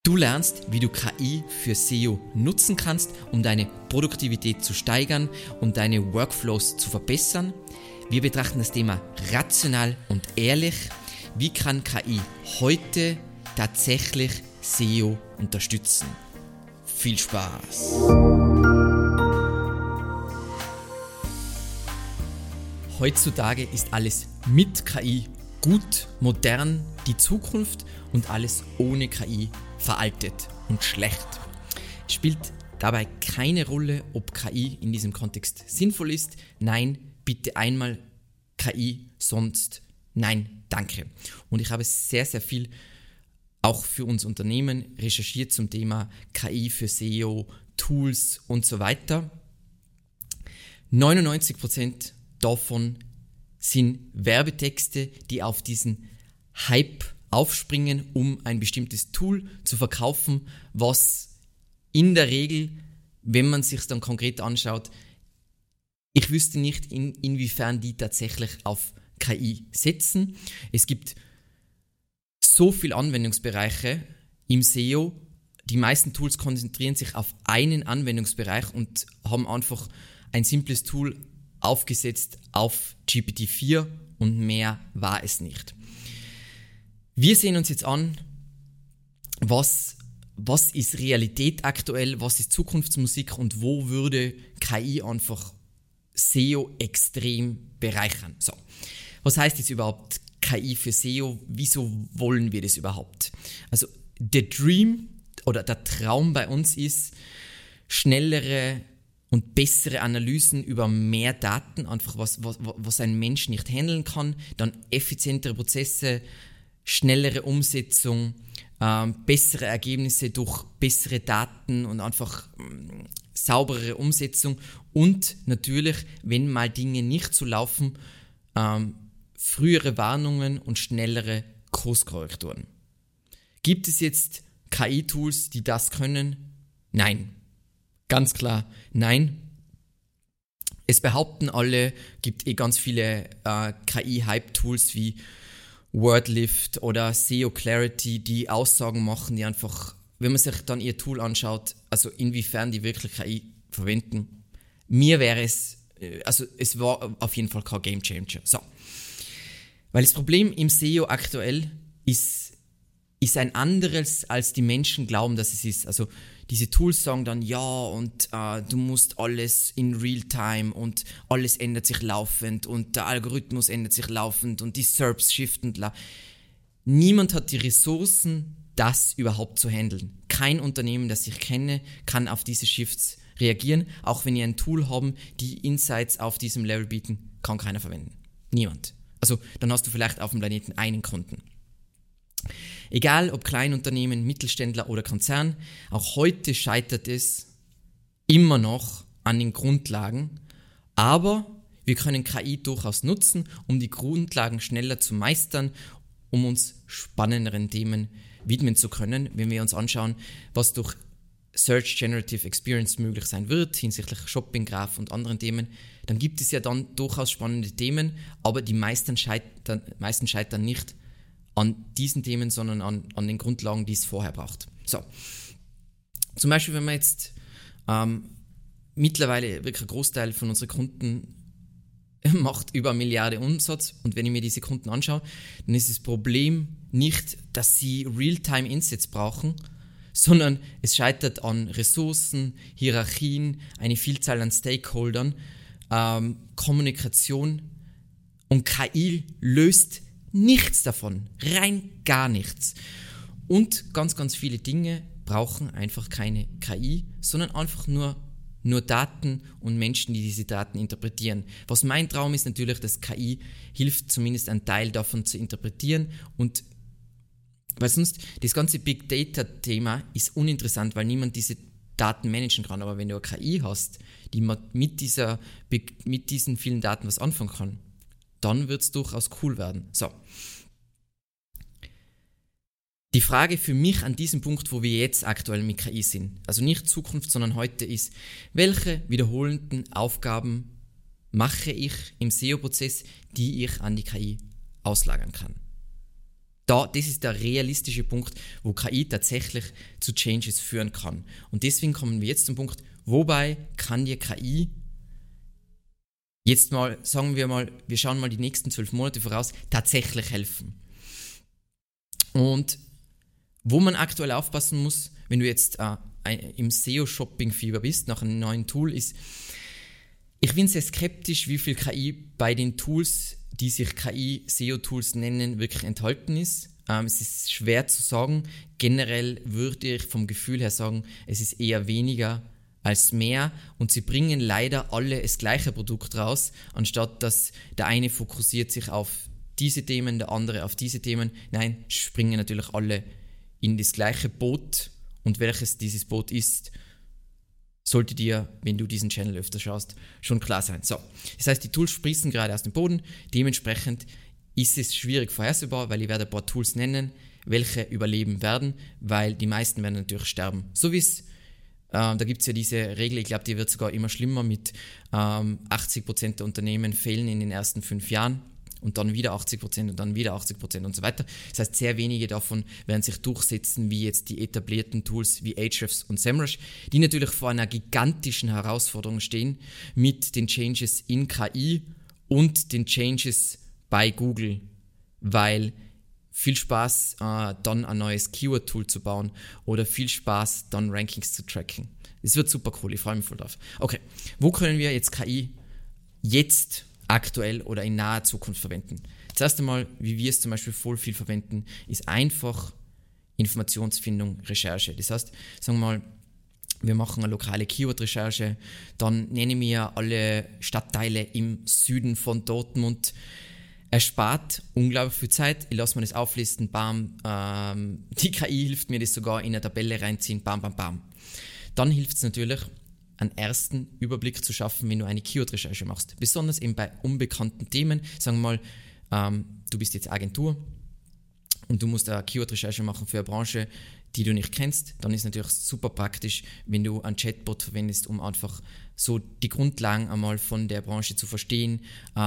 Du lernst, wie du KI für SEO nutzen kannst, um deine Produktivität zu steigern und deine Workflows zu verbessern. Wir betrachten das Thema rational und ehrlich. Wie kann KI heute tatsächlich SEO unterstützen? Viel Spaß! Heutzutage ist alles mit KI gut, modern, die Zukunft und alles ohne KI veraltet und schlecht. Es spielt dabei keine Rolle, ob KI in diesem Kontext sinnvoll ist. Nein, bitte einmal KI, sonst nein, danke. Und ich habe sehr, sehr viel auch für uns Unternehmen recherchiert zum Thema KI für SEO, Tools und so weiter. 99% davon sind Werbetexte, die auf diesen Hype aufspringen, um ein bestimmtes Tool zu verkaufen, was in der Regel, wenn man sich dann konkret anschaut, ich wüsste nicht, inwiefern die tatsächlich auf KI setzen. Es gibt so viele Anwendungsbereiche im SEO. Die meisten Tools konzentrieren sich auf einen Anwendungsbereich und haben einfach ein simples Tool aufgesetzt auf GPT-4 und mehr war es nicht. Wir sehen uns jetzt an, was ist Realität aktuell, was ist Zukunftsmusik und wo würde KI einfach SEO extrem bereichern. So, was heißt jetzt überhaupt KI für SEO? Wieso wollen wir das überhaupt? Also der Dream oder der Traum bei uns ist, schnellere und bessere Analysen über mehr Daten, einfach was ein Mensch nicht handeln kann, dann effizientere Prozesse, schnellere Umsetzung, bessere Ergebnisse durch bessere Daten und einfach sauberere Umsetzung und natürlich, wenn mal Dinge nicht so laufen, frühere Warnungen und schnellere Kurskorrekturen. Gibt es jetzt KI-Tools, die das können? Nein. Ganz klar, nein. Es behaupten alle, gibt ganz viele KI-Hype-Tools wie Wordlift oder SEO Clarity, die Aussagen machen, die einfach, wenn man sich dann ihr Tool anschaut, also inwiefern die wirklich KI verwenden, mir wäre es, also es war auf jeden Fall kein Game Changer. So. Weil das Problem im SEO aktuell ist ein anderes, als die Menschen glauben, dass es ist. Also diese Tools sagen dann, ja, und du musst alles in Realtime und alles ändert sich laufend und der Algorithmus ändert sich laufend und die SERPs shiften. Niemand hat die Ressourcen, das überhaupt zu handeln. Kein Unternehmen, das ich kenne, kann auf diese Shifts reagieren. Auch wenn ihr ein Tool haben, die Insights auf diesem Level bieten, kann keiner verwenden. Niemand. Also dann hast du vielleicht auf dem Planeten einen Kunden. Egal ob Kleinunternehmen, Mittelständler oder Konzern, auch heute scheitert es immer noch an den Grundlagen, aber wir können KI durchaus nutzen, um die Grundlagen schneller zu meistern, um uns spannenderen Themen widmen zu können. Wenn wir uns anschauen, was durch Search Generative Experience möglich sein wird, hinsichtlich Shopping, Graph und anderen Themen, dann gibt es ja dann durchaus spannende Themen, aber die meisten scheitern nicht an diesen Themen, sondern an den Grundlagen, die es vorher braucht. So. Zum Beispiel, wenn man jetzt mittlerweile wirklich ein Großteil von unseren Kunden macht über 1 Milliarde Umsatz und wenn ich mir diese Kunden anschaue, dann ist das Problem nicht, dass sie Realtime-Insights brauchen, sondern es scheitert an Ressourcen, Hierarchien, eine Vielzahl an Stakeholdern, Kommunikation und KI löst nichts davon, rein gar nichts. Und ganz, ganz viele Dinge brauchen einfach keine KI, sondern einfach nur Daten und Menschen, die diese Daten interpretieren. Was mein Traum ist natürlich, dass KI hilft, zumindest einen Teil davon zu interpretieren und weil sonst das ganze Big Data Thema ist uninteressant, weil niemand diese Daten managen kann. Aber wenn du eine KI hast, die mit diesen vielen Daten was anfangen kann, dann wird es durchaus cool werden. So. Die Frage für mich an diesem Punkt, wo wir jetzt aktuell mit KI sind, also nicht Zukunft, sondern heute ist, welche wiederholenden Aufgaben mache ich im SEO-Prozess, die ich an die KI auslagern kann? Das ist der realistische Punkt, wo KI tatsächlich zu Changes führen kann. Und deswegen kommen wir jetzt zum Punkt, wobei kann dir KI jetzt mal, sagen wir mal, wir schauen mal die nächsten 12 Monate voraus, tatsächlich helfen. Und wo man aktuell aufpassen muss, wenn du jetzt im SEO-Shopping-Fieber bist, nach einem neuen Tool, ist, ich bin sehr skeptisch, wie viel KI bei den Tools, die sich KI-SEO-Tools nennen, wirklich enthalten ist. Es ist schwer zu sagen. Generell würde ich vom Gefühl her sagen, es ist eher weniger als mehr und sie bringen leider alle das gleiche Produkt raus, anstatt dass der eine fokussiert sich auf diese Themen, der andere auf diese Themen. Nein, springen natürlich alle in das gleiche Boot und welches dieses Boot ist, sollte dir, wenn du diesen Channel öfter schaust, schon klar sein. So, das heißt, die Tools sprießen gerade aus dem Boden, dementsprechend ist es schwierig vorhersehbar, weil ich werde ein paar Tools nennen, welche überleben werden, weil die meisten werden natürlich sterben. So wie es, da gibt es ja diese Regel, ich glaube, die wird sogar immer schlimmer mit 80% der Unternehmen fehlen in den ersten 5 Jahren und dann wieder 80% und dann wieder 80% und so weiter. Das heißt, sehr wenige davon werden sich durchsetzen, wie jetzt die etablierten Tools wie Ahrefs und SEMrush, die natürlich vor einer gigantischen Herausforderung stehen mit den Changes in KI und den Changes bei Google, weil viel Spaß, dann ein neues Keyword-Tool zu bauen oder viel Spaß, dann Rankings zu tracken. Das wird super cool, ich freue mich voll drauf. Okay, wo können wir jetzt KI jetzt aktuell oder in naher Zukunft verwenden? Das erste Mal, wie wir es zum Beispiel voll viel verwenden, ist einfach Informationsfindung, Recherche. Das heißt, sagen wir mal, wir machen eine lokale Keyword-Recherche, dann nenne mir alle Stadtteile im Süden von Dortmund. Erspart unglaublich viel Zeit. Ich lasse mir das auflisten, bam. Die KI hilft mir das sogar in eine Tabelle reinziehen, bam, bam, bam. Dann hilft es natürlich, einen ersten Überblick zu schaffen, wenn du eine Keyword-Recherche machst. Besonders eben bei unbekannten Themen. Sagen wir mal, du bist jetzt Agentur und du musst eine Keyword-Recherche machen für eine Branche, die du nicht kennst. Dann ist natürlich super praktisch, wenn du einen Chatbot verwendest, um einfach so die Grundlagen einmal von der Branche zu verstehen.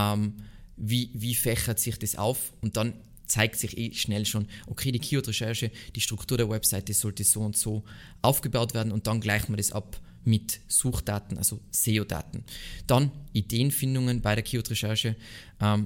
Wie fächert sich das auf und dann zeigt sich schnell schon, okay, die Keyword-Recherche, die Struktur der Webseite sollte so und so aufgebaut werden und dann gleichen wir das ab mit Suchdaten, also SEO-Daten. Dann Ideenfindungen bei der Keyword-Recherche. Das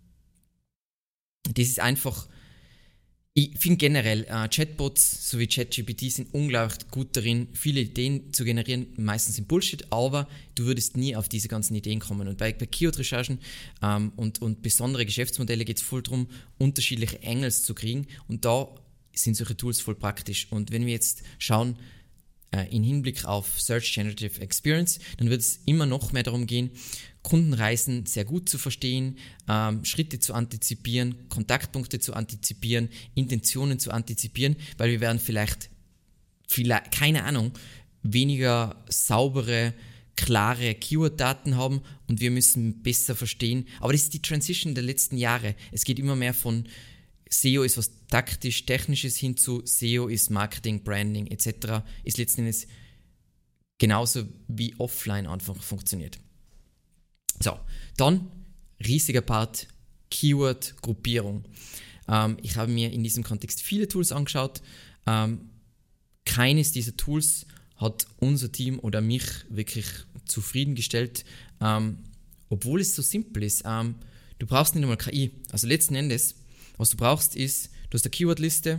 ist einfach, ich finde generell, Chatbots sowie ChatGPT sind unglaublich gut darin, viele Ideen zu generieren. Meistens sind Bullshit, aber du würdest nie auf diese ganzen Ideen kommen. Und bei Keyword-Recherchen und besondere Geschäftsmodelle geht es voll darum, unterschiedliche Angles zu kriegen. Und da sind solche Tools voll praktisch. Und wenn wir jetzt schauen, in Hinblick auf Search Generative Experience, dann wird es immer noch mehr darum gehen, Kundenreisen sehr gut zu verstehen, Schritte zu antizipieren, Kontaktpunkte zu antizipieren, Intentionen zu antizipieren, weil wir werden vielleicht keine Ahnung, weniger saubere, klare Keyword-Daten haben und wir müssen besser verstehen. Aber das ist die Transition der letzten Jahre. Es geht immer mehr von SEO ist was taktisch-technisches hin zu SEO ist Marketing, Branding etc. Ist letzten Endes genauso wie offline einfach funktioniert. So, dann riesiger Part Keyword-Gruppierung. Ich habe mir in diesem Kontext viele Tools angeschaut. Keines dieser Tools hat unser Team oder mich wirklich zufriedengestellt, obwohl es so simpel ist. Du brauchst nicht einmal KI. Also letzten Endes, was du brauchst ist, du hast eine Keywordliste,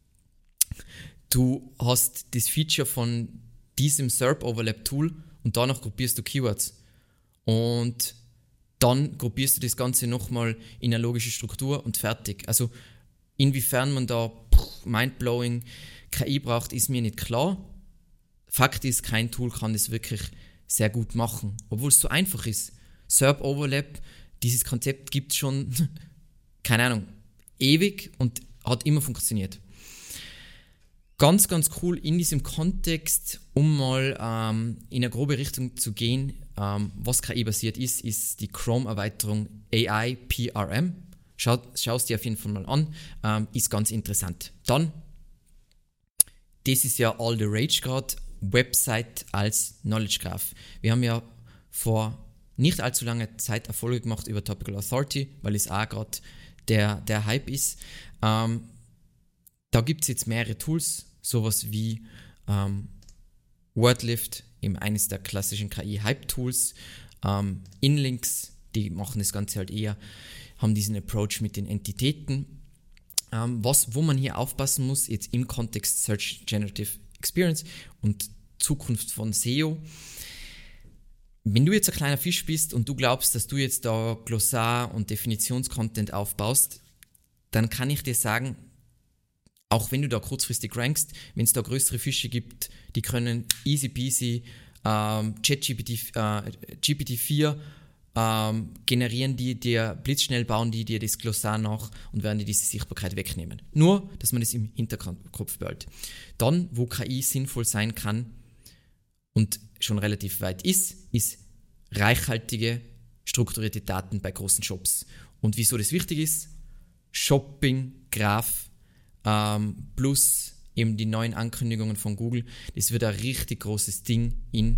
du hast das Feature von diesem SERP-Overlap-Tool und danach gruppierst du Keywords. Und dann gruppierst du das Ganze nochmal in eine logische Struktur und fertig. Also inwiefern man da mindblowing KI braucht, ist mir nicht klar. Fakt ist, kein Tool kann das wirklich sehr gut machen, obwohl es so einfach ist. SERP-Overlap, dieses Konzept gibt es schon, keine Ahnung, ewig und hat immer funktioniert. Ganz, ganz cool in diesem Kontext, um mal in eine grobe Richtung zu gehen, was KI-basiert ist die Chrome-Erweiterung AI PRM. Schau es dir auf jeden Fall mal an, ist ganz interessant. Dann, das ist ja all the rage gerade, Website als Knowledge Graph. Wir haben ja vor nicht allzu langer Zeit Erfolge gemacht über Topical Authority, weil es auch gerade der Hype ist. Da gibt es jetzt mehrere Tools, sowas wie Wordlift, eben eines der klassischen KI-Hype-Tools, Inlinks, die machen das Ganze halt eher, haben diesen Approach mit den Entitäten. Wo man hier aufpassen muss, jetzt im Kontext Search Generative Experience und Zukunft von SEO. Wenn du jetzt ein kleiner Fisch bist und du glaubst, dass du jetzt da Glossar- und Definitionscontent aufbaust, dann kann ich dir sagen, auch wenn du da kurzfristig rankst, wenn es da größere Fische gibt, die können easy peasy GPT-4 generieren die dir, blitzschnell bauen die dir das Glossar nach und werden dir diese Sichtbarkeit wegnehmen. Nur, dass man das im Hinterkopf behält. Dann, wo KI sinnvoll sein kann und schon relativ weit ist reichhaltige, strukturierte Daten bei großen Shops. Und wieso das wichtig ist? Shopping, Graph, plus eben die neuen Ankündigungen von Google, das wird ein richtig großes Ding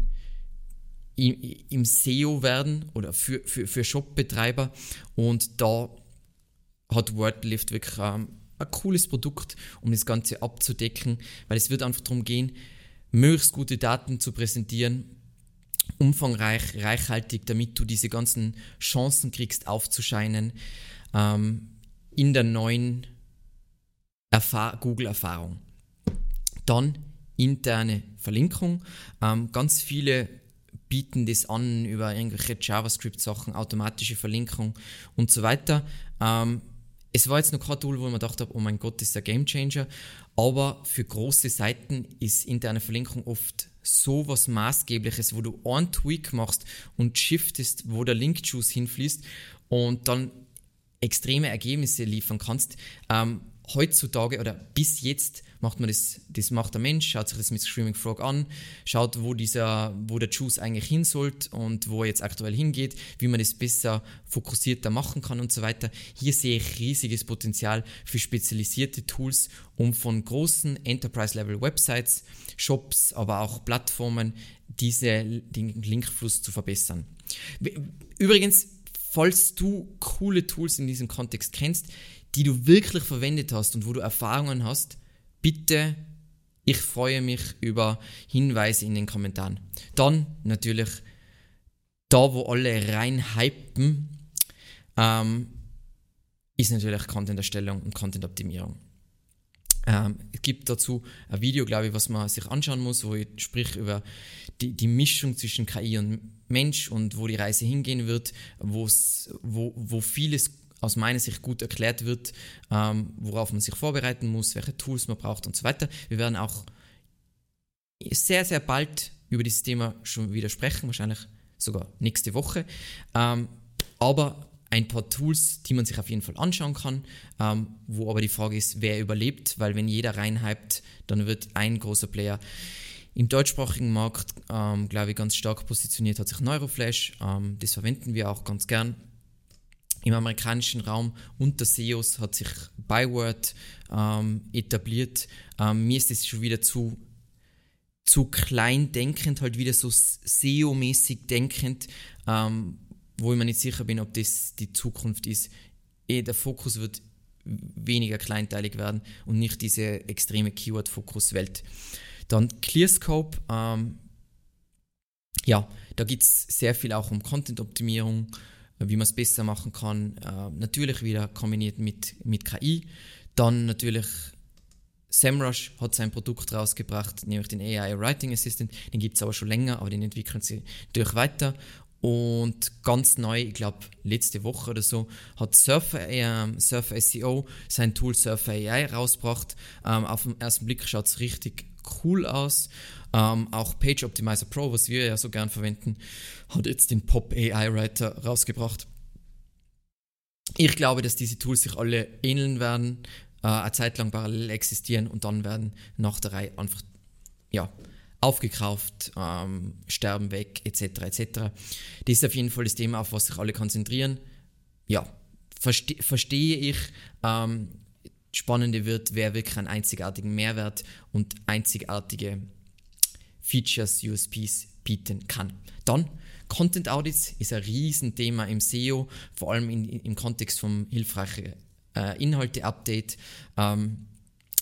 im SEO werden oder für Shop-Betreiber, und da hat Wordlift wirklich ein cooles Produkt, um das Ganze abzudecken, weil es wird einfach darum gehen, möglichst gute Daten zu präsentieren, umfangreich, reichhaltig, damit du diese ganzen Chancen kriegst aufzuscheinen in der neuen Google-Erfahrung. Dann interne Verlinkung. Ganz viele bieten das an über irgendwelche JavaScript-Sachen, automatische Verlinkung und so weiter. Es war jetzt noch kein Tool, wo ich mir gedacht habe, oh mein Gott, das ist ein Gamechanger, aber für große Seiten ist interne Verlinkung oft so was Maßgebliches, wo du einen Tweak machst und shiftest, wo der Link-Juice hinfließt und dann extreme Ergebnisse liefern kannst. Heutzutage oder bis jetzt macht man das macht der Mensch, schaut sich das mit Screaming Frog an, schaut, wo der Juice eigentlich hin sollte und wo er jetzt aktuell hingeht, wie man das besser fokussierter machen kann und so weiter. Hier sehe ich riesiges Potenzial für spezialisierte Tools, um von großen Enterprise-Level-Websites, Shops, aber auch Plattformen den Linkfluss zu verbessern. Übrigens, falls du coole Tools in diesem Kontext kennst, die du wirklich verwendet hast und wo du Erfahrungen hast, bitte, ich freue mich über Hinweise in den Kommentaren. Dann natürlich, da wo alle rein hypen, ist natürlich Content-Erstellung und Content-Optimierung. Es gibt dazu ein Video, glaube ich, was man sich anschauen muss, wo ich sprich über die Mischung zwischen KI und Mensch und wo die Reise hingehen wird, wo vieles aus meiner Sicht gut erklärt wird, worauf man sich vorbereiten muss, welche Tools man braucht und so weiter. Wir werden auch sehr, sehr bald über dieses Thema schon wieder sprechen, wahrscheinlich sogar nächste Woche. Aber ein paar Tools, die man sich auf jeden Fall anschauen kann, wo aber die Frage ist, wer überlebt, weil wenn jeder reinhypt, dann wird ein großer Player im deutschsprachigen Markt, glaube ich, ganz stark positioniert, hat sich Neuroflash, das verwenden wir auch ganz gern. Im amerikanischen Raum unter SEOs hat sich Byword etabliert. Mir ist das schon wieder zu klein denkend, halt wieder so SEO-mäßig denkend, wo ich mir nicht sicher bin, ob das die Zukunft ist. Der Fokus wird weniger kleinteilig werden und nicht diese extreme Keyword-Fokus-Welt. Dann ClearScope, da geht es sehr viel auch um Content-Optimierung, wie man es besser machen kann, natürlich wieder kombiniert mit KI. Dann natürlich SEMrush hat sein Produkt rausgebracht, nämlich den AI Writing Assistant. Den gibt es aber schon länger, aber den entwickeln sie natürlich weiter. Und ganz neu, ich glaube letzte Woche oder so, hat Surfer SEO sein Tool Surfer AI rausgebracht. Auf den ersten Blick schaut es richtig cool aus. Auch Page Optimizer Pro, was wir ja so gern verwenden, hat jetzt den Pop AI Writer rausgebracht. Ich glaube, dass diese Tools sich alle ähneln werden, eine Zeit lang parallel existieren und dann werden nach der Reihe einfach aufgekauft, sterben weg, etc. etc. Das ist auf jeden Fall das Thema, auf was sich alle konzentrieren. Ja, verstehe ich. Spannende wird, wer wirklich einen einzigartigen Mehrwert und einzigartige Features, USPs bieten kann. Dann, Content Audits ist ein Riesenthema im SEO, vor allem im Kontext vom hilfreichen Inhalte-Update.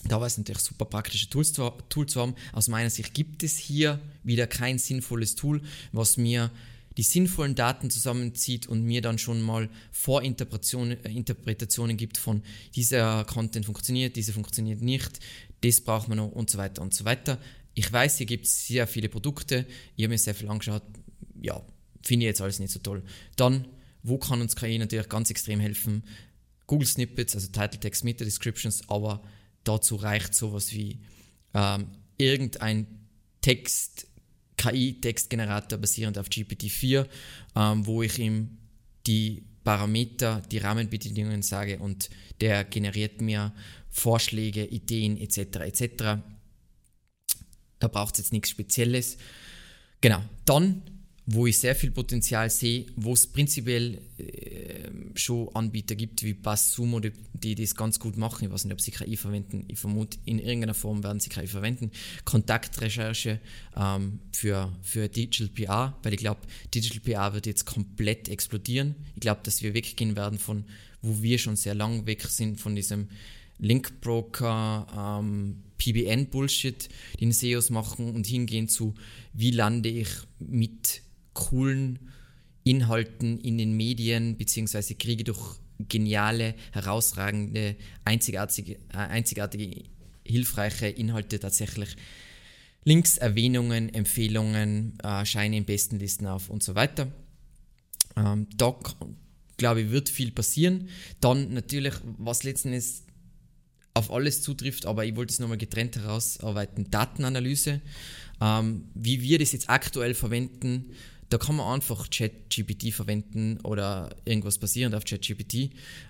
Da war es natürlich super, praktische Tool zu haben. Aus meiner Sicht gibt es hier wieder kein sinnvolles Tool, was mir die sinnvollen Daten zusammenzieht und mir dann schon mal Vorinterpretationen gibt von dieser Content funktioniert, diese funktioniert nicht, das braucht man noch und so weiter und so weiter. Ich weiß, hier gibt es sehr viele Produkte, ich habe mir sehr viel angeschaut, ja, finde ich jetzt alles nicht so toll. Dann, wo kann uns KI natürlich ganz extrem helfen? Google Snippets, also Title Text, Meta Descriptions, aber dazu reicht sowas wie irgendein KI-Textgenerator basierend auf GPT-4, wo ich ihm die Parameter, die Rahmenbedingungen sage und der generiert mir Vorschläge, Ideen etc. etc. Da braucht es jetzt nichts Spezielles. Genau, dann, wo ich sehr viel Potenzial sehe, wo es prinzipiell schon Anbieter gibt wie BuzzSumo, die das ganz gut machen. Ich weiß nicht, ob sie KI verwenden. Ich vermute, in irgendeiner Form werden sie KI verwenden. Kontaktrecherche für Digital PR, weil ich glaube, Digital PR wird jetzt komplett explodieren. Ich glaube, dass wir weggehen werden von, wo wir schon sehr lang weg sind, von diesem Linkbroker, PBN-Bullshit, den SEOs machen und hingehen zu, wie lande ich mit coolen Inhalten in den Medien, beziehungsweise kriege durch geniale, herausragende, einzigartige, hilfreiche Inhalte tatsächlich Links, Erwähnungen, Empfehlungen, scheine in besten Listen auf und so weiter. Da, glaube ich, wird viel passieren. Dann natürlich, was letzten Endes auf alles zutrifft, aber ich wollte es nochmal getrennt herausarbeiten, Datenanalyse. Wie wir das jetzt aktuell verwenden, da kann man einfach ChatGPT verwenden oder irgendwas basierend auf ChatGPT.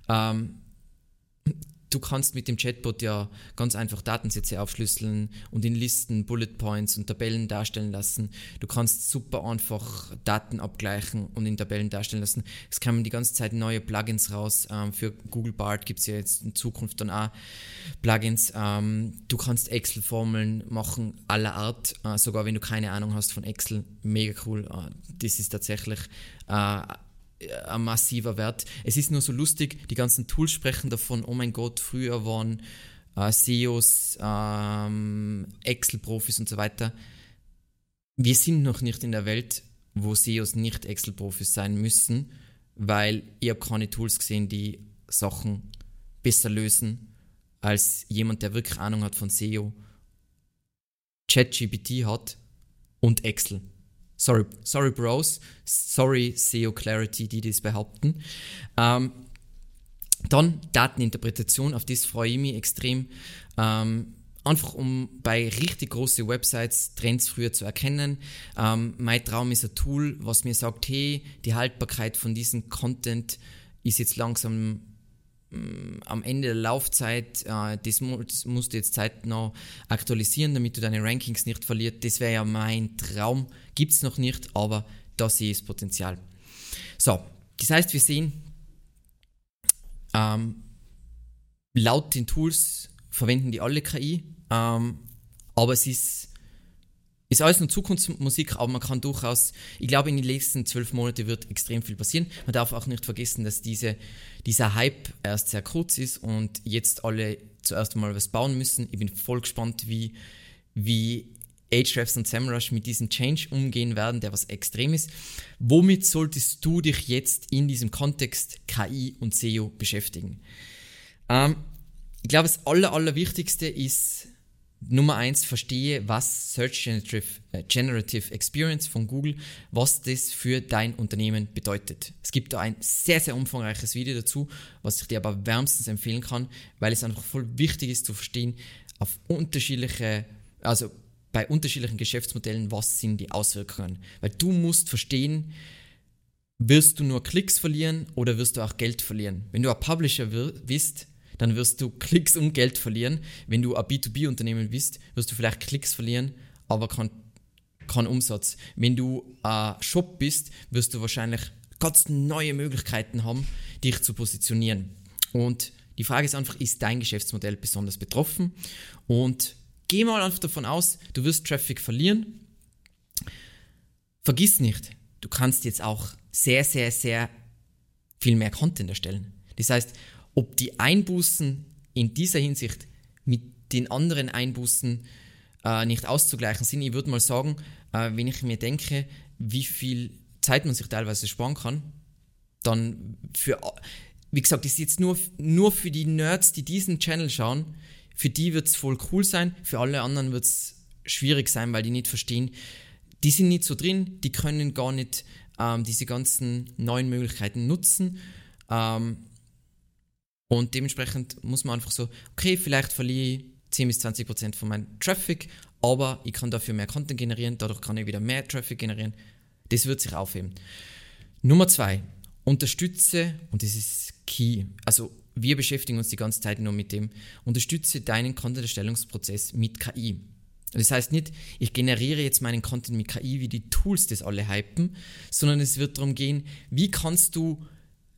Du kannst mit dem Chatbot ja ganz einfach Datensätze aufschlüsseln und in Listen, Bullet Points und Tabellen darstellen lassen. Du kannst super einfach Daten abgleichen und in Tabellen darstellen lassen. Es kommen die ganze Zeit neue Plugins raus. Für Google Bard gibt es ja jetzt in Zukunft dann auch Plugins. Du kannst Excel-Formeln machen, aller Art, sogar wenn du keine Ahnung hast von Excel. Mega cool. Das ist tatsächlich ein massiver Wert. Es ist nur so lustig, die ganzen Tools sprechen davon, oh mein Gott, früher waren SEOs, Excel-Profis und so weiter. Wir sind noch nicht in der Welt, wo SEOs nicht Excel-Profis sein müssen, weil ich habe keine Tools gesehen, die Sachen besser lösen, als jemand, der wirklich Ahnung hat von SEO, ChatGPT hat und Excel. Sorry Bros, sorry SEO Clarity, die das behaupten. Dann Dateninterpretation, auf das freue ich mich extrem. Einfach um bei richtig großen Websites Trends früher zu erkennen. Mein Traum ist ein Tool, was mir sagt, hey, die Haltbarkeit von diesem Content ist jetzt langsam am Ende der Laufzeit, das musst du jetzt zeitnah aktualisieren, damit du deine Rankings nicht verlierst. Das wäre ja mein Traum. Gibt es noch nicht, aber da sehe ich das Potenzial. So, das heißt, wir sehen, laut den Tools verwenden die alle KI, aber es ist alles nur Zukunftsmusik, aber man kann durchaus, ich glaube, in den nächsten 12 Monaten wird extrem viel passieren. Man darf auch nicht vergessen, dass dieser Hype erst sehr kurz ist und jetzt alle zuerst einmal was bauen müssen. Ich bin voll gespannt, wie Ahrefs und SEMrush mit diesem Change umgehen werden, der was extrem ist. Womit solltest du dich jetzt in diesem Kontext KI und SEO beschäftigen? Ich glaube, das Allerwichtigste ist, Nummer 1, verstehe, was Search Generative Experience von Google, was das für dein Unternehmen bedeutet. Es gibt da ein sehr, sehr umfangreiches Video dazu, was ich dir aber wärmstens empfehlen kann, weil es einfach voll wichtig ist zu verstehen, bei unterschiedlichen Geschäftsmodellen, was sind die Auswirkungen. Weil du musst verstehen, wirst du nur Klicks verlieren oder wirst du auch Geld verlieren. Wenn du ein Publisher bist, dann wirst du Klicks und Geld verlieren. Wenn du ein B2B-Unternehmen bist, wirst du vielleicht Klicks verlieren, aber kein Umsatz. Wenn du ein Shop bist, wirst du wahrscheinlich ganz neue Möglichkeiten haben, dich zu positionieren. Und die Frage ist einfach, ist dein Geschäftsmodell besonders betroffen? Und geh mal einfach davon aus, du wirst Traffic verlieren. Vergiss nicht, du kannst jetzt auch sehr, sehr, sehr viel mehr Content erstellen. Das heißt, ob die Einbußen in dieser Hinsicht mit den anderen Einbußen nicht auszugleichen sind. Ich würde mal sagen, wenn ich mir denke, wie viel Zeit man sich teilweise sparen kann, dann wie gesagt, das ist jetzt nur für die Nerds, die diesen Channel schauen, für die wird es voll cool sein, für alle anderen wird es schwierig sein, weil die nicht verstehen, die sind nicht so drin, die können gar nicht diese ganzen neuen Möglichkeiten nutzen und dementsprechend muss man einfach so, okay, vielleicht verliere ich 10-20% von meinem Traffic, aber ich kann dafür mehr Content generieren, dadurch kann ich wieder mehr Traffic generieren, das wird sich aufheben. Nummer 2, unterstütze, und das ist key, also wir beschäftigen uns die ganze Zeit nur mit dem, unterstütze deinen Content-Erstellungsprozess mit KI. Das heißt nicht, ich generiere jetzt meinen Content mit KI, wie die Tools das alle hypen, sondern es wird darum gehen, wie kannst du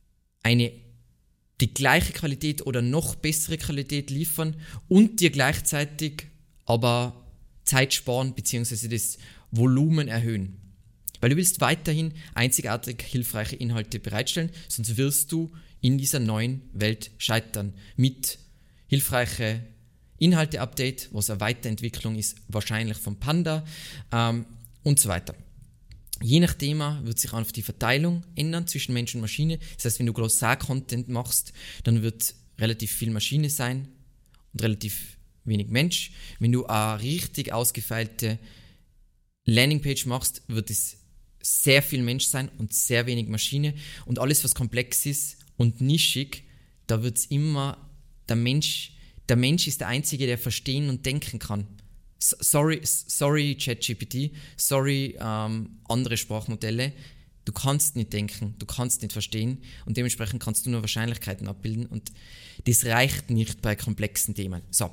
die gleiche Qualität oder noch bessere Qualität liefern und dir gleichzeitig aber Zeit sparen bzw. das Volumen erhöhen. Weil du willst weiterhin einzigartig hilfreiche Inhalte bereitstellen, sonst wirst du in dieser neuen Welt scheitern. Mit hilfreiche Inhalte-Update, was eine Weiterentwicklung ist, wahrscheinlich von Panda und so weiter. Je nach Thema wird sich einfach die Verteilung ändern zwischen Mensch und Maschine. Das heißt, wenn du Glossar-Content machst, dann wird relativ viel Maschine sein und relativ wenig Mensch. Wenn du eine richtig ausgefeilte Landingpage machst, wird es sehr viel Mensch sein und sehr wenig Maschine. Und alles, was komplex ist und nischig, da wird es immer der Mensch ist der Einzige, der verstehen und denken kann. Sorry ChatGPT, sorry andere Sprachmodelle, du kannst nicht denken, du kannst nicht verstehen und dementsprechend kannst du nur Wahrscheinlichkeiten abbilden und das reicht nicht bei komplexen Themen. So,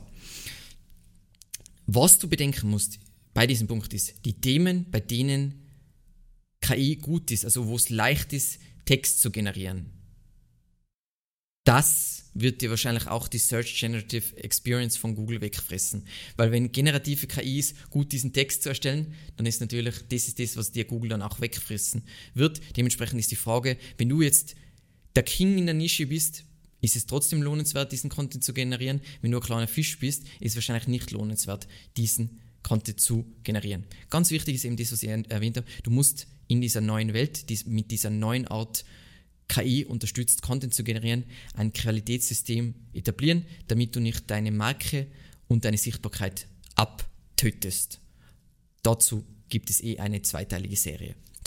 was du bedenken musst bei diesem Punkt ist, die Themen, bei denen KI gut ist, also wo es leicht ist, Text zu generieren. Das wird dir wahrscheinlich auch die Search Generative Experience von Google wegfressen. Weil wenn generative KI ist, gut diesen Text zu erstellen, dann ist natürlich, das ist das, was dir Google dann auch wegfressen wird. Dementsprechend ist die Frage, wenn du jetzt der King in der Nische bist, ist es trotzdem lohnenswert, diesen Content zu generieren. Wenn du ein kleiner Fisch bist, ist es wahrscheinlich nicht lohnenswert, diesen Content zu generieren. Ganz wichtig ist eben das, was ich erwähnt habe. Du musst in dieser neuen Welt, mit dieser neuen Art KI unterstützt, Content zu generieren, ein Qualitätssystem etablieren, damit du nicht deine Marke und deine Sichtbarkeit abtötest. Dazu gibt es eine zweiteilige Serie. So.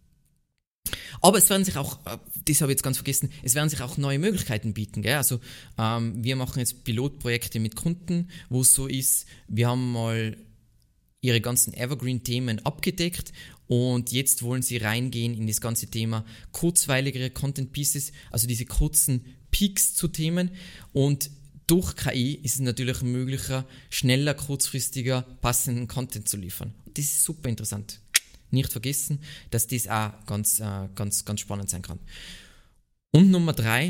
Aber es werden sich auch, das habe ich jetzt ganz vergessen, es werden sich auch neue Möglichkeiten bieten. Gell? Also wir machen jetzt Pilotprojekte mit Kunden, wo es so ist, wir haben mal ihre ganzen Evergreen-Themen abgedeckt und jetzt wollen sie reingehen in das ganze Thema kurzweiligere Content-Pieces, also diese kurzen Peaks zu Themen und durch KI ist es natürlich möglicher, schneller, kurzfristiger, passenden Content zu liefern. Das ist super interessant. Nicht vergessen, dass das auch ganz spannend sein kann. Und Nummer 3,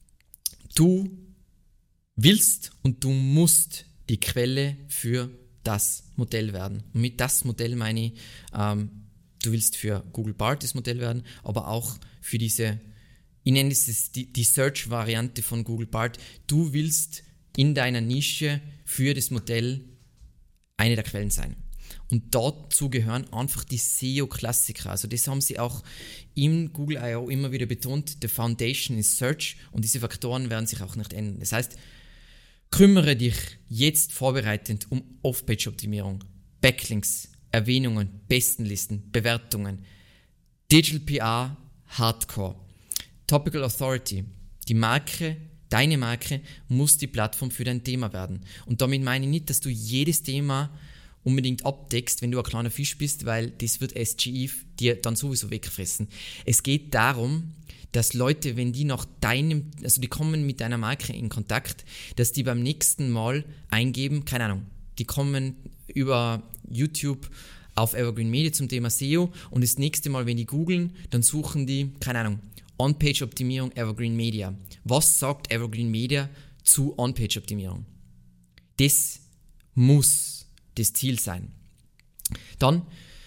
du willst und du musst die Quelle für das Modell werden. Und mit das Modell meine ich, du willst für Google Bard das Modell werden, aber auch für diese, ich nenne es die Search-Variante von Google Bard. Du willst in deiner Nische für das Modell eine der Quellen sein. Und dazu gehören einfach die SEO-Klassiker. Also das haben sie auch im Google I.O. immer wieder betont. The foundation is Search und diese Faktoren werden sich auch nicht ändern. Das heißt, kümmere dich jetzt vorbereitend um Off-Page-Optimierung, Backlinks, Erwähnungen, Bestenlisten, Bewertungen, Digital PR, Hardcore, Topical Authority. Die Marke, deine Marke, muss die Plattform für dein Thema werden. Und damit meine ich nicht, dass du jedes Thema unbedingt abdeckst, wenn du ein kleiner Fisch bist, weil das wird SGI dir dann sowieso wegfressen. Es geht darum, dass Leute, wenn die die kommen mit deiner Marke in Kontakt, dass die beim nächsten Mal eingeben, keine Ahnung, die kommen über YouTube auf Evergreen Media zum Thema SEO und das nächste Mal, wenn die googeln, dann suchen die, keine Ahnung, On-Page-Optimierung Evergreen Media. Was sagt Evergreen Media zu On-Page-Optimierung? Das muss das Ziel sein. Dann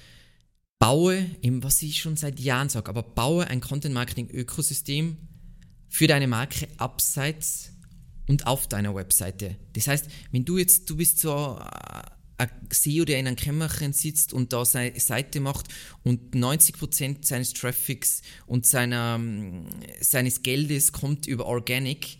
baue, eben was ich schon seit Jahren sage, aber baue ein Content-Marketing-Ökosystem für deine Marke abseits und auf deiner Webseite. Das heißt, wenn du bist so ein SEO, der in einem Kämmerchen sitzt und da seine Seite macht und 90% seines Traffics und seines Geldes kommt über Organic,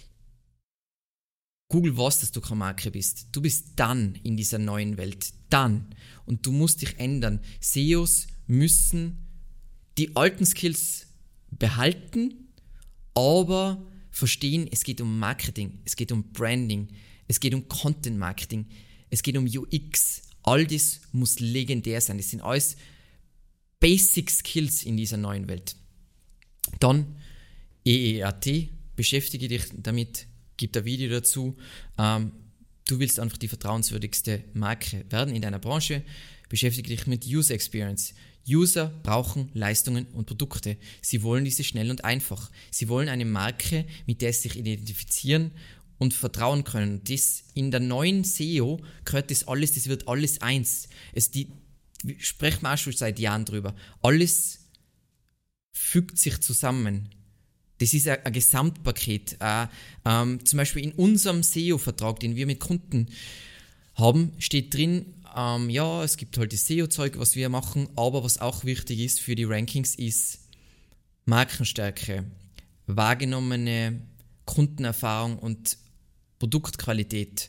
Google weiß, dass du keine Marke bist. Du bist dann in dieser neuen Welt. Dann. Und du musst dich ändern. SEOs müssen die alten Skills behalten, aber verstehen, es geht um Marketing, es geht um Branding, es geht um Content Marketing, es geht um UX. All das muss legendär sein. Das sind alles Basic Skills in dieser neuen Welt. Dann EEAT, beschäftige dich damit, gibt ein Video dazu. Du willst einfach die vertrauenswürdigste Marke werden in deiner Branche. Beschäftige dich mit User Experience. User brauchen Leistungen und Produkte. Sie wollen diese schnell und einfach. Sie wollen eine Marke, mit der sie sich identifizieren und vertrauen können. Das in der neuen SEO gehört das alles, das wird alles eins. Sprechen wir auch schon seit Jahren drüber. Alles fügt sich zusammen. Das ist ein Gesamtpaket. Zum Beispiel in unserem SEO-Vertrag, den wir mit Kunden haben, steht drin, es gibt halt das SEO-Zeug, was wir machen, aber was auch wichtig ist für die Rankings ist Markenstärke, wahrgenommene Kundenerfahrung und Produktqualität,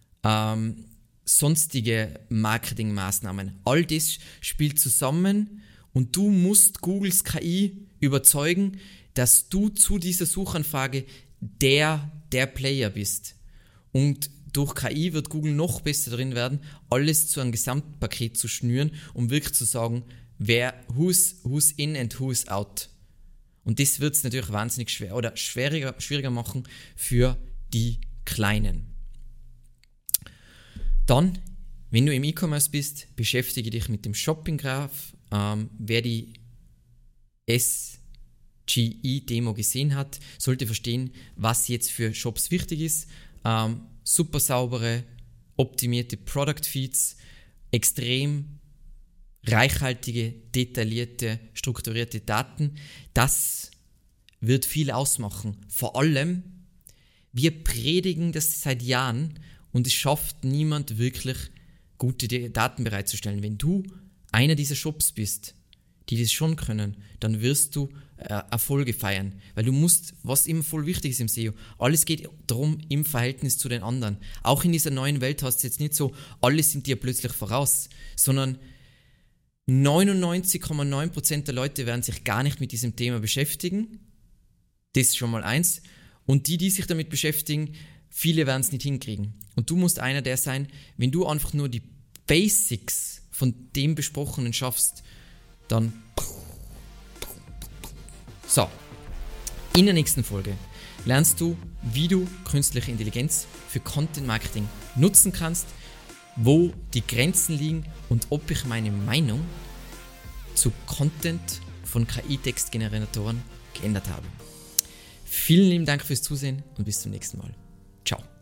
sonstige Marketingmaßnahmen. All das spielt zusammen und du musst Googles KI überzeugen, dass du zu dieser Suchanfrage der Player bist. Und durch KI wird Google noch besser darin werden, alles zu einem Gesamtpaket zu schnüren, um wirklich zu sagen, who's in and who's out. Und das wird es natürlich wahnsinnig schwer oder schwieriger machen für die Kleinen. Dann, wenn du im E-Commerce bist, beschäftige dich mit dem Shopping Graph. Wer die SGE-Demo gesehen hat, sollte verstehen, was jetzt für Shops wichtig ist. Super saubere, optimierte Product Feeds, extrem reichhaltige, detaillierte, strukturierte Daten. Das wird viel ausmachen. Vor allem, wir predigen das seit Jahren und es schafft niemand wirklich, gute Daten bereitzustellen. Wenn du einer dieser Shops bist, die das schon können, dann wirst du Erfolge feiern. Weil du musst, was immer voll wichtig ist im SEO, alles geht darum im Verhältnis zu den anderen. Auch in dieser neuen Welt hast du jetzt nicht so, alle sind dir plötzlich voraus, sondern 99,9% der Leute werden sich gar nicht mit diesem Thema beschäftigen. Das ist schon mal eins. Und die sich damit beschäftigen, viele werden es nicht hinkriegen. Und du musst einer der sein, wenn du einfach nur die Basics von dem Besprochenen schaffst, dann so. In der nächsten Folge lernst du, wie du künstliche Intelligenz für Content Marketing nutzen kannst, wo die Grenzen liegen und ob ich meine Meinung zu Content von KI-Textgeneratoren geändert habe. Vielen lieben Dank fürs Zusehen und bis zum nächsten Mal. Ciao.